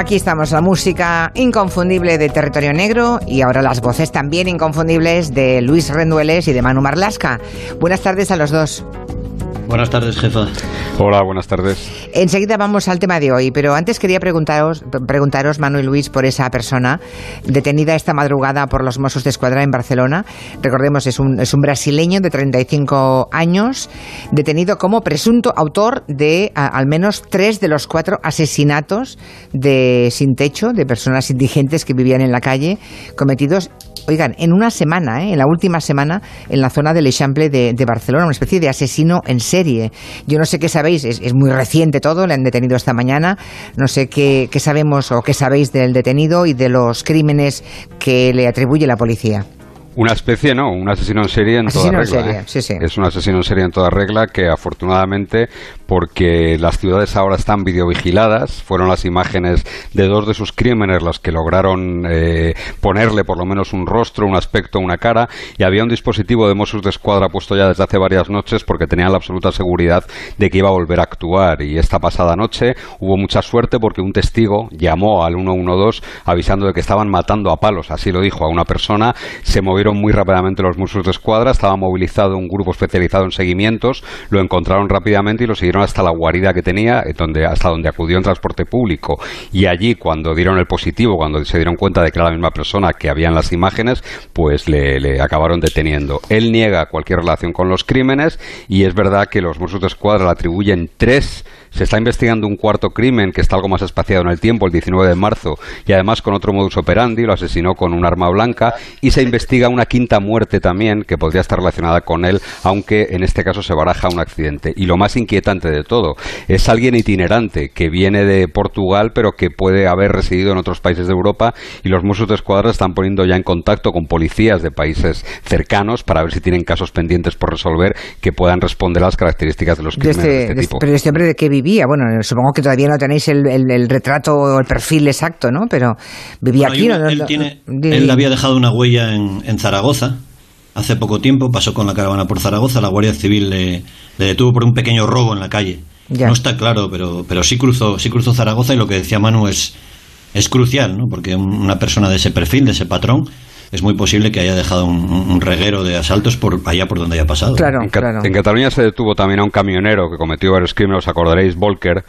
Aquí estamos, la música inconfundible de Territorio Negro y ahora las voces también inconfundibles de Luis Rendueles y de Manu Marlasca. Buenas tardes a los dos. Buenas tardes, jefa. Hola, buenas tardes. Enseguida vamos al tema de hoy, pero antes quería preguntaros, Manu y Luis, por esa persona detenida esta madrugada por los Mossos d'Esquadra en Barcelona. Recordemos, es un brasileño de 35 años, detenido como presunto autor de al menos 3 de los 4 asesinatos de sin techo, de personas indigentes que vivían en la calle, cometidos, oigan, en una semana, en la última semana, en la zona del Eixample de Barcelona, una especie de asesino en serie. Yo no sé qué sabéis, es muy reciente todo, le han detenido esta mañana, no sé qué sabemos o qué sabéis del detenido y de los crímenes que le atribuye la policía. Una especie, no, un asesino en serie en toda regla. Sí, sí. Es un asesino en serie en toda regla que afortunadamente, porque las ciudades ahora están videovigiladas, fueron las imágenes de 2 de sus crímenes las que lograron ponerle por lo menos un rostro, un aspecto, una cara, y había un dispositivo de Mossos d'Esquadra puesto ya desde hace varias noches porque tenían la absoluta seguridad de que iba a volver a actuar. Y esta pasada noche hubo mucha suerte porque un testigo llamó al 112 avisando de que estaban matando a palos, así lo dijo, a una persona. Se movieron muy rápidamente los Mossos d'Esquadra, estaba movilizado un grupo especializado en seguimientos, lo encontraron rápidamente y lo siguieron hasta la guarida que tenía, hasta donde acudió en transporte público. Y allí, cuando dieron el positivo, cuando se dieron cuenta de que era la misma persona que había en las imágenes, pues le acabaron deteniendo. Él niega cualquier relación con los crímenes y es verdad que los Mossos d'Esquadra le atribuyen 3. Se está investigando un 4º crimen que está algo más espaciado en el tiempo, el 19 de marzo, y además con otro modus operandi, lo asesinó con un arma blanca, y se investiga una 5ª muerte también que podría estar relacionada con él, aunque en este caso se baraja un accidente. Y lo más inquietante de todo, es alguien itinerante que viene de Portugal pero que puede haber residido en otros países de Europa, y los Mossos d'Esquadra están poniendo ya en contacto con policías de países cercanos para ver si tienen casos pendientes por resolver que puedan responder a las características de los crímenes de este tipo. Pero este hombre, ¿de qué vivía? Bueno, supongo que todavía no tenéis el retrato o el perfil exacto, ¿no? Pero vivía aquí. Él había dejado una huella en Zaragoza hace poco tiempo, pasó con la caravana por Zaragoza, la Guardia Civil le detuvo por un pequeño robo en la calle. Ya. No está claro, pero sí cruzó Zaragoza, y lo que decía Manu es crucial, ¿no? Porque una persona de ese perfil, de ese patrón, es muy posible que haya dejado un reguero de asaltos por allá por donde haya pasado. Claro. En Cataluña se detuvo también a un camionero que cometió varios crímenes, os acordaréis, Volker,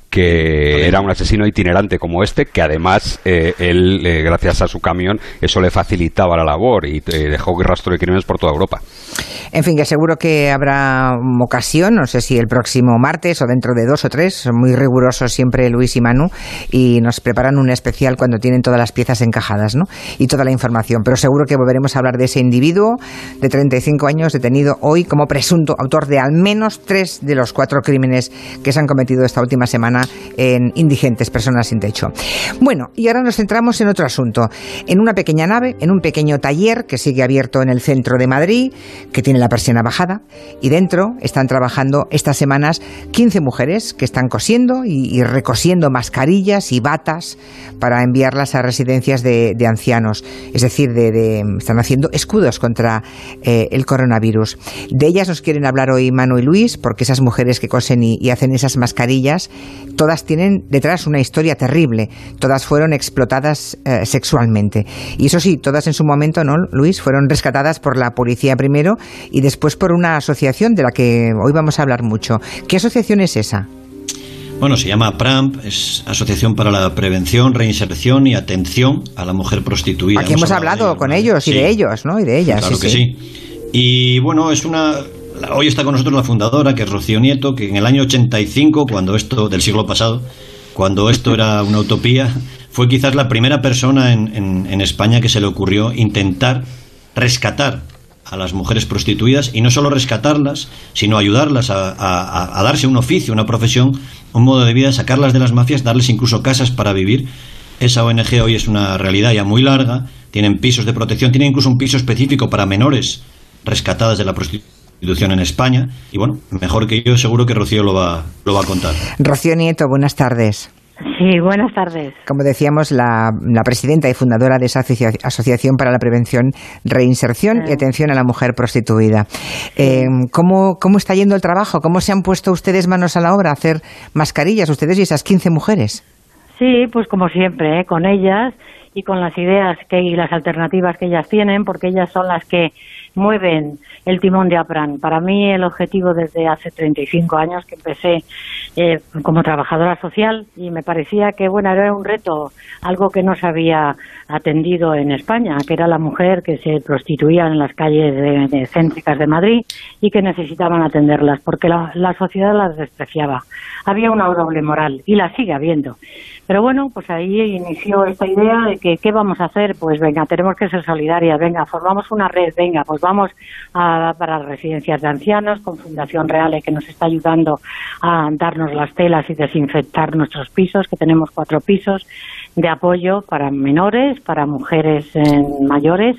que era un asesino itinerante como este, que además él, gracias a su camión, eso le facilitaba la labor y dejó rastro de crímenes por toda Europa. En fin, que seguro que habrá ocasión, no sé si el próximo martes o dentro de 2 o 3, son muy rigurosos siempre Luis y Manu, y nos preparan un especial cuando tienen todas las piezas encajadas, ¿no? Y toda la información, pero seguro que volveremos a hablar de ese individuo de 35 años detenido hoy como presunto autor de al menos 3 de los 4 crímenes que se han cometido esta última semana en indigentes, personas sin techo. Bueno, y ahora nos centramos en otro asunto, en una pequeña nave, en un pequeño taller que sigue abierto en el centro de Madrid, que tiene la persiana bajada, y dentro están trabajando estas semanas 15 mujeres que están cosiendo y recosiendo mascarillas y batas para enviarlas a residencias de ancianos, es decir, están haciendo escudos contra el coronavirus. De ellas nos quieren hablar hoy Manu y Luis, porque esas mujeres que cosen y hacen esas mascarillas, todas tienen detrás una historia terrible, todas fueron explotadas sexualmente, y eso sí, todas en su momento, ¿no, Luis? Fueron rescatadas por la policía primero y después por una asociación de la que hoy vamos a hablar mucho. ¿Qué asociación es esa? Bueno, se llama PRAMP, es Asociación para la Prevención, Reinserción y Atención a la Mujer Prostituida. Aquí hemos hablado con ellos y de ellos, ¿no? Y de ellas. Claro que sí. Y bueno, hoy está con nosotros la fundadora, que es Rocío Nieto, que en el año 85, del siglo pasado, cuando esto era una utopía, fue quizás la primera persona en España que se le ocurrió intentar rescatar a las mujeres prostituidas, y no solo rescatarlas, sino ayudarlas a darse un oficio, una profesión, un modo de vida, sacarlas de las mafias, darles incluso casas para vivir. Esa ONG hoy es una realidad ya muy larga, tienen pisos de protección, tienen incluso un piso específico para menores rescatadas de la prostitución en España, y bueno, mejor que yo seguro que Rocío lo va a contar. Rocío Nieto, buenas tardes. Sí, buenas tardes. Como decíamos, la presidenta y fundadora de esa Asociación para la Prevención, Reinserción y Atención a la Mujer Prostituida. ¿Cómo está yendo el trabajo? ¿Cómo se han puesto ustedes manos a la obra a hacer mascarillas, ustedes y esas 15 mujeres? Sí, pues como siempre, con ellas y con las ideas y las alternativas que ellas tienen, porque ellas son las que mueven el timón de APRAN. Para mí el objetivo desde hace 35 años que empecé como trabajadora social, y me parecía que era un reto, algo que no se había atendido en España, que era la mujer que se prostituía en las calles céntricas de Madrid y que necesitaban atenderlas, porque la sociedad las despreciaba. Había una doble moral y la sigue habiendo. Pero bueno, pues ahí inició esta idea de que ¿qué vamos a hacer? Pues venga, tenemos que ser solidarias, venga, formamos una red, venga, pues vamos para residencias de ancianos con Fundación Reale, que nos está ayudando a darnos las telas y desinfectar nuestros pisos, que tenemos 4 pisos de apoyo para menores, para mujeres mayores,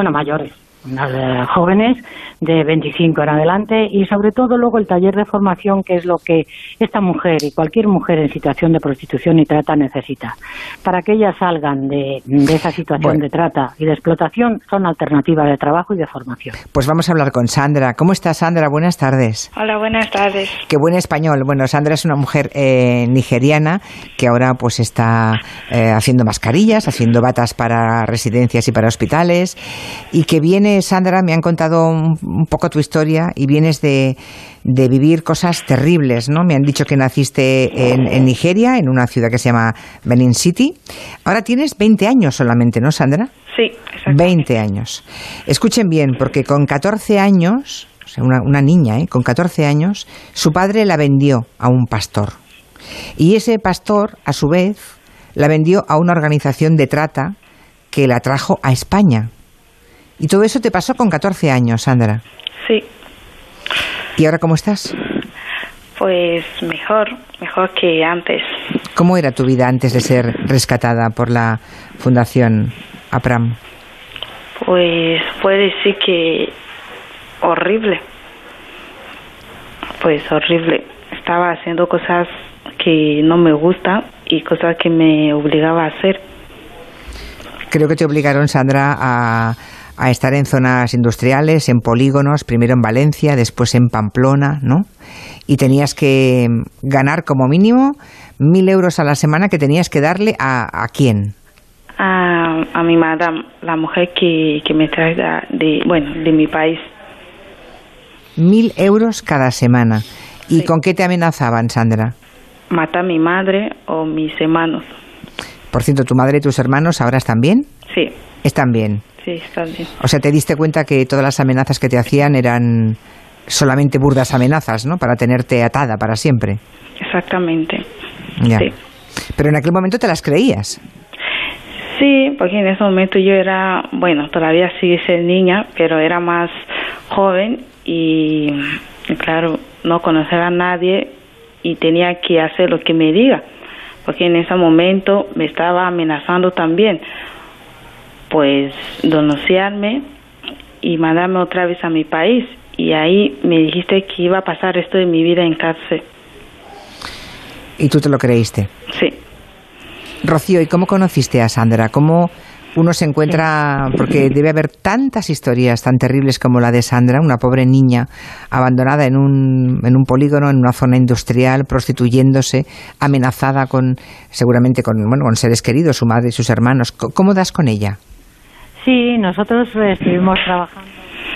jóvenes de 25 en adelante, y sobre todo luego el taller de formación, que es lo que esta mujer y cualquier mujer en situación de prostitución y trata necesita. Para que ellas salgan de esa situación de trata y de explotación, son alternativas de trabajo y de formación. Pues vamos a hablar con Sandra. ¿Cómo está, Sandra? Buenas tardes. Hola, buenas tardes. Qué buen español. Bueno, Sandra es una mujer nigeriana que ahora pues está haciendo mascarillas, haciendo batas para residencias y para hospitales, y que viene, Sandra, me han contado un poco tu historia, y vienes de vivir cosas terribles, ¿no? Me han dicho que naciste en Nigeria, en una ciudad que se llama Benin City. Ahora tienes 20 años solamente, ¿no, Sandra? Sí, exactamente. 20 años. Escuchen bien, porque con 14 años, o sea, una niña, con 14 años, su padre la vendió a un pastor. Y ese pastor, a su vez, la vendió a una organización de trata que la trajo a España. Y todo eso te pasó con 14 años, Sandra. Sí. ¿Y ahora cómo estás? Pues mejor que antes. ¿Cómo era tu vida antes de ser rescatada por la Fundación APRAN? Pues puede decir que horrible. Pues horrible. Estaba haciendo cosas que no me gustan y cosas que me obligaba a hacer. Creo que te obligaron, Sandra, a estar en zonas industriales, en polígonos, primero en Valencia, después en Pamplona, ¿no? Y tenías que ganar como mínimo 1.000 euros a la semana, que tenías que darle ¿a quién? A mi madame, la mujer que me trae de mi país. 1.000 euros cada semana. ¿Y sí. con qué te amenazaban, Sandra? Mata a mi madre o mis hermanos. Por cierto, ¿tu madre y tus hermanos ahora están bien? Sí. ¿Están bien? Sí, están bien. O sea, te diste cuenta que todas las amenazas que te hacían eran solamente burdas amenazas, ¿no? Para tenerte atada para siempre. Exactamente. Ya. Sí. Pero en aquel momento te las creías. Sí, porque en ese momento yo era, todavía sigue ser niña, pero era más joven y claro, no conocer a nadie y tenía que hacer lo que me diga, porque en ese momento me estaba amenazando también, pues denunciarme y mandarme otra vez a mi país, y ahí me dijiste que iba a pasar el resto de mi vida en cárcel. ¿Y tú te lo creíste? Sí. Rocío, ¿y cómo conociste a Sandra? ¿Cómo uno se encuentra? Porque debe haber tantas historias tan terribles como la de Sandra, una pobre niña abandonada en un polígono, en una zona industrial, prostituyéndose, amenazada seguramente con seres queridos, su madre y sus hermanos. ¿Cómo das con ella? Sí, nosotros estuvimos trabajando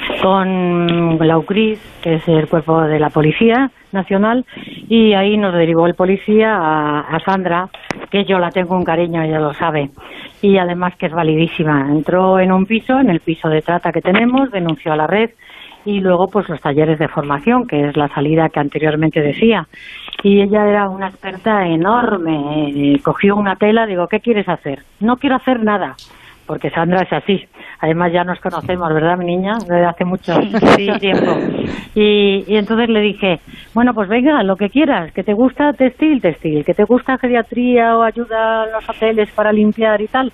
con la UCRIS, que es el cuerpo de la Policía Nacional, y ahí nos derivó el policía a Sandra, que yo la tengo un cariño, ella lo sabe, y además que es validísima. Entró en el piso de trata que tenemos, denunció a la red, y luego pues los talleres de formación, que es la salida que anteriormente decía. Y ella era una experta enorme, cogió una tela, digo, ¿qué quieres hacer? No quiero hacer nada, porque Sandra es así. Además ya nos conocemos, ¿verdad, mi niña? Desde hace mucho tiempo. Y entonces le dije, bueno, pues venga, lo que quieras, que te gusta textil, que te gusta geriatría o ayuda a los hoteles para limpiar y tal.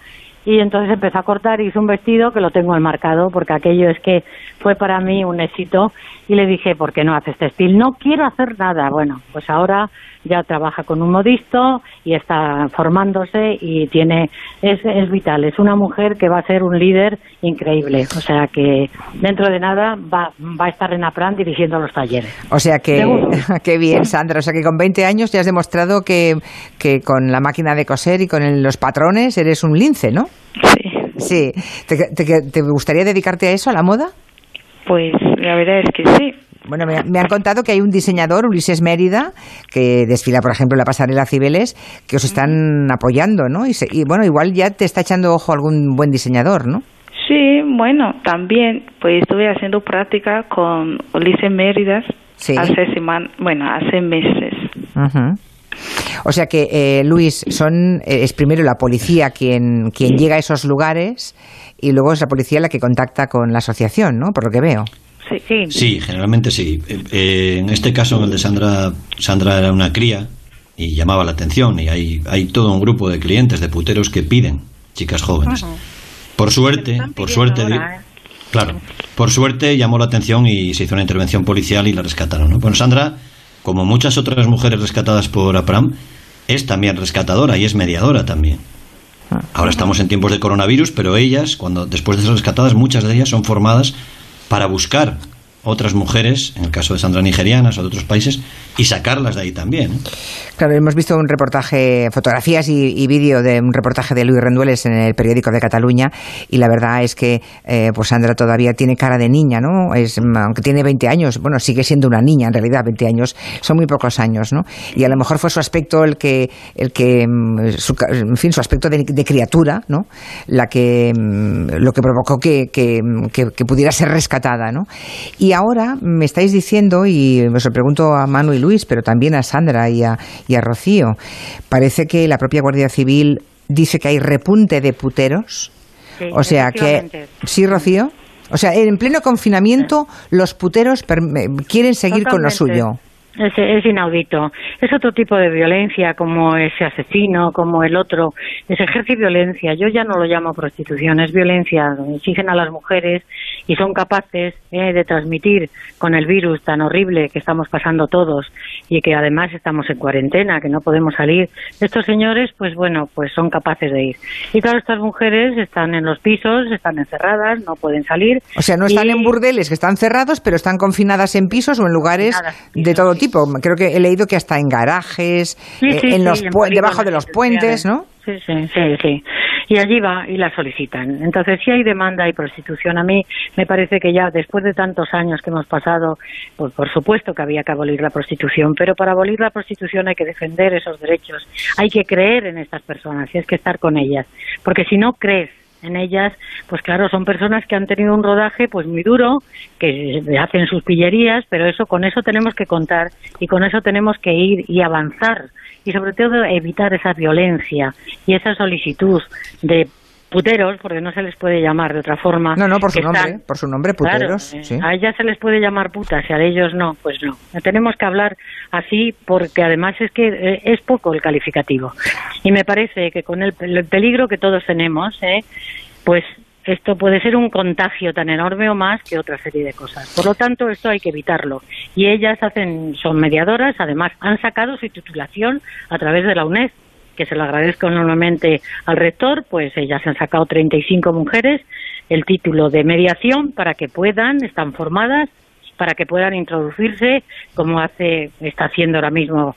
y entonces empezó a cortar y hizo un vestido que lo tengo enmarcado, porque aquello es que fue para mí un éxito, y le dije, ¿por qué no haces textil? No quiero hacer nada. Bueno, pues ahora ya trabaja con un modisto y está formándose y es vital, es una mujer que va a ser un líder increíble, o sea que dentro de nada va a estar en APRAN dirigiendo los talleres. O sea que, qué bien, Sandra, o sea que con 20 años ya has demostrado que con la máquina de coser y con los patrones eres un lince, ¿no? Sí. Sí. ¿Te gustaría dedicarte a eso, a la moda? Pues la verdad es que sí. Bueno, me han contado que hay un diseñador, Ulises Mérida, que desfila, por ejemplo, en la pasarela Cibeles, que os están apoyando, ¿no? Y bueno, igual ya te está echando ojo algún buen diseñador, ¿no? Sí, bueno, también pues estuve haciendo práctica con Ulises Mérida hace meses. Uh-huh. O sea que, Luis, es primero la policía quien llega a esos lugares y luego es la policía la que contacta con la asociación, ¿no? Por lo que veo. Sí, generalmente sí. En este caso, en el de Sandra era una cría y llamaba la atención, y hay todo un grupo de clientes, de puteros que piden chicas jóvenes. Uh-huh. Por suerte, ahora, claro, por suerte llamó la atención y se hizo una intervención policial y la rescataron, ¿no? Bueno, Sandra, como muchas otras mujeres rescatadas por APRAM, es también rescatadora y es mediadora también. Ahora estamos en tiempos de coronavirus, pero ellas, después de ser rescatadas, muchas de ellas son formadas para buscar otras mujeres, en el caso de Sandra nigerianas o de otros países, y sacarlas de ahí también, ¿eh? Claro, hemos visto un reportaje, fotografías y vídeo de un reportaje de Luis Rendueles en el periódico de Cataluña, y la verdad es que pues Sandra todavía tiene cara de niña, ¿no? Aunque tiene 20 años, bueno, sigue siendo una niña en realidad. 20 años son muy pocos años, ¿no? Y a lo mejor fue su aspecto su aspecto de criatura, ¿no? Lo que provocó que pudiera ser rescatada, ¿no? Y ahora me estáis diciendo, y os lo pregunto a Manu y Luis, pero también a Sandra y a Rocío, parece que la propia Guardia Civil dice que hay repunte de puteros. Sí, o sea que... ¿Sí, Rocío? O sea, en pleno confinamiento los puteros quieren seguir con lo suyo. Es inaudito. Es otro tipo de violencia, como ese asesino, como el otro. Se ejerce violencia. Yo ya no lo llamo prostitución, es violencia. Exigen a las mujeres y son capaces de transmitir con el virus tan horrible que estamos pasando todos y que además estamos en cuarentena, que no podemos salir. Estos señores, pues bueno, pues son capaces de ir. Y claro, estas mujeres están en los pisos, están encerradas, no pueden salir. O sea, no están en burdeles que están cerrados, pero están confinadas en pisos o en lugares de todo tipo. Creo que he leído que hasta en garajes, debajo de los puentes, ¿no? Sí. Y allí va y la solicitan. Entonces, si hay demanda y prostitución, a mí me parece que ya después de tantos años que hemos pasado, pues por supuesto que había que abolir la prostitución, pero para abolir la prostitución hay que defender esos derechos, hay que creer en estas personas y es que estar con ellas, porque si no crees en ellas, pues claro, son personas que han tenido un rodaje pues muy duro, que hacen sus pillerías, pero con eso tenemos que contar y con eso tenemos que ir y avanzar y sobre todo evitar esa violencia y esa solicitud de puteros, porque no se les puede llamar de otra forma. No, por su nombre, puteros. Claro, sí. A ellas se les puede llamar putas y a ellos no, pues no. Tenemos que hablar así porque además es que es poco el calificativo. Y me parece que con el peligro que todos tenemos, pues esto puede ser un contagio tan enorme o más que otra serie de cosas. Por lo tanto, esto hay que evitarlo. Y ellas son mediadoras, además han sacado su titulación a través de la UNED, que se lo agradezco enormemente al rector, pues ellas han sacado 35 mujeres el título de mediación para que están formadas, para que puedan introducirse, como está haciendo ahora mismo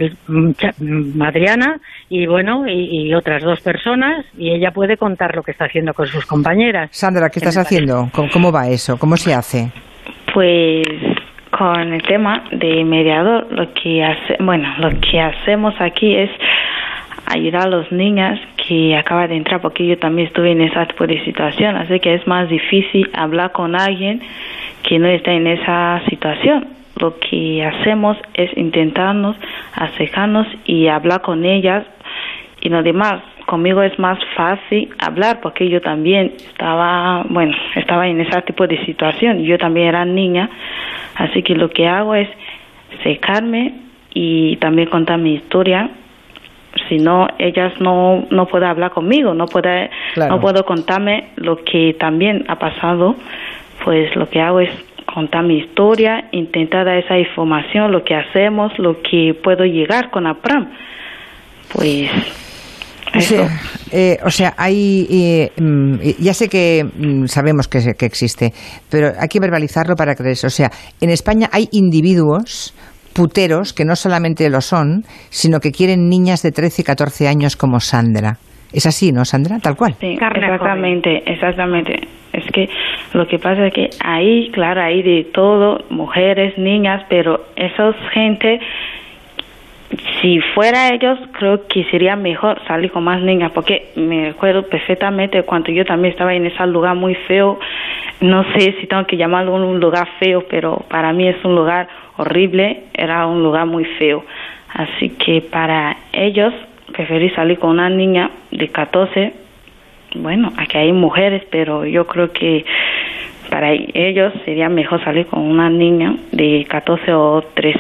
Adriana, y bueno, y otras dos personas, y ella puede contar lo que está haciendo con sus compañeras. Sandra, ¿qué estás haciendo? ¿Cómo va eso? ¿Cómo se hace? Pues con el tema de mediador, lo que hacemos aquí es ayudar a los niñas que acaban de entrar, porque yo también estuve en esa tipo de situación, así que es más difícil hablar con alguien que no está en esa situación. Lo que hacemos es intentarnos acercarnos y hablar con ellas, y lo demás, conmigo es más fácil hablar porque yo también estaba en ese tipo de situación, yo también era niña, así que lo que hago es acercarme y también contar mi historia si no, ellas no pueden hablar conmigo, no puedo contarme lo que también ha pasado. Pues lo que hago es contar mi historia, intentar dar esa información, lo que hacemos, lo que puedo llegar con APRAM. Pues eso. O sea, hay, ya sé que sabemos que existe, pero hay que verbalizarlo para creerse. O sea, en España hay individuos puteros que no solamente lo son, sino que quieren niñas de 13 y 14 años como Sandra. Es así, ¿no, Sandra? Tal cual. Sí, exactamente. Es que lo que pasa es que ahí, claro, hay de todo, mujeres, niñas, pero esa gente, si fuera ellos, creo que sería mejor salir con más niñas, porque me acuerdo perfectamente cuando yo también estaba en ese lugar muy feo. No sé si tengo que llamarlo un lugar feo, pero para mí es un lugar horrible, era un lugar muy feo. Así que para ellos preferí salir con una niña de 14. Bueno, aquí hay mujeres, pero yo creo que para ellos sería mejor salir con una niña de 14 o 13.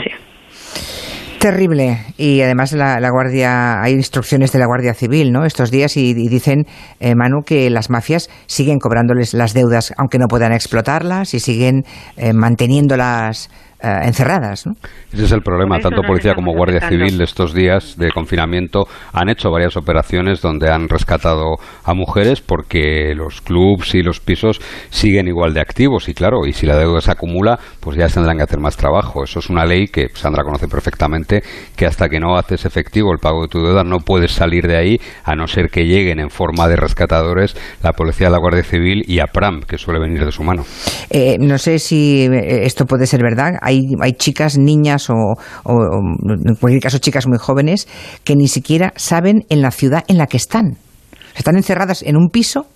Terrible. Y además la Guardia, hay instrucciones de la Guardia Civil, ¿no?, estos días, y dicen, Manu, que las mafias siguen cobrándoles las deudas, aunque no puedan explotarlas, y siguen manteniéndolas encerradas, ¿no? Ese es el problema. Tanto policía como Guardia Civil estos días de confinamiento han hecho varias operaciones donde han rescatado a mujeres, porque los clubs y los pisos siguen igual de activos, y claro, y si la deuda se acumula, pues ya tendrán que hacer más trabajo. Eso es una ley que Sandra conoce perfectamente, que hasta que no haces efectivo el pago de tu deuda no puedes salir de ahí, a no ser que lleguen en forma de rescatadores la policía, la Guardia Civil y APRAM, que suele venir de su mano. No sé si esto puede ser verdad. Hay chicas, niñas o en cualquier caso chicas muy jóvenes que ni siquiera saben en la ciudad en la que están. Están encerradas en un piso,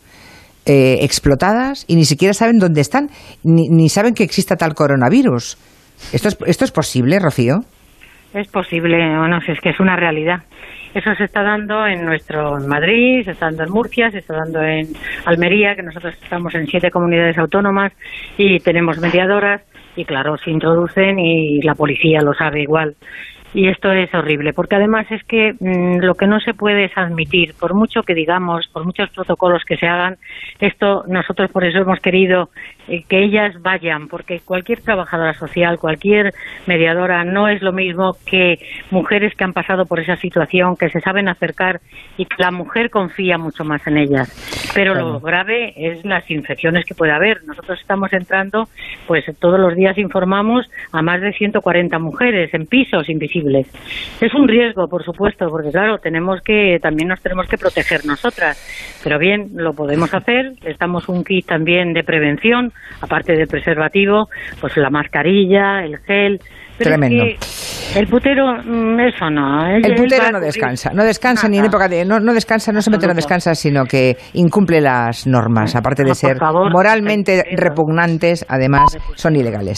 explotadas, y ni siquiera saben dónde están, ni saben que exista tal coronavirus. ¿Esto es posible, Rocío? Es posible, bueno, si es que es una realidad. Eso se está dando en Madrid, se está dando en Murcia, se está dando en Almería, que nosotros estamos en 7 comunidades autónomas y tenemos mediadoras, y claro, se introducen y la policía lo sabe igual. Y esto es horrible, porque además es que lo que no se puede es admitir, por mucho que digamos, por muchos protocolos que se hagan, esto nosotros por eso hemos querido que ellas vayan, porque cualquier trabajadora social, cualquier mediadora, no es lo mismo que mujeres que han pasado por esa situación, que se saben acercar y que la mujer confía mucho más en ellas. Pero lo grave es las infecciones que puede haber. Nosotros estamos entrando, pues todos los días informamos a más de 140 mujeres en pisos invisibles. Es un riesgo, por supuesto, porque claro, también nos tenemos que proteger nosotras, pero bien, lo podemos hacer. Estamos un kit también de prevención, aparte del preservativo, pues la mascarilla, el gel. Pero tremendo. Es que el putero, eso no. El putero no descansa ni en época de... No descansa, no solamente no descansa, sino que incumple las normas. Aparte de ser moralmente repugnantes, además son ilegales.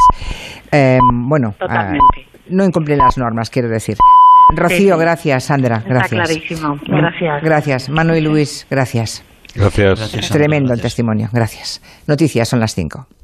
Totalmente. No incumplen las normas, quiero decir. Rocío, gracias. Sandra, gracias. Está clarísimo. Gracias. Gracias. Manu y Luis, gracias. Gracias. Tremendo el testimonio. Gracias. Noticias, son las 5.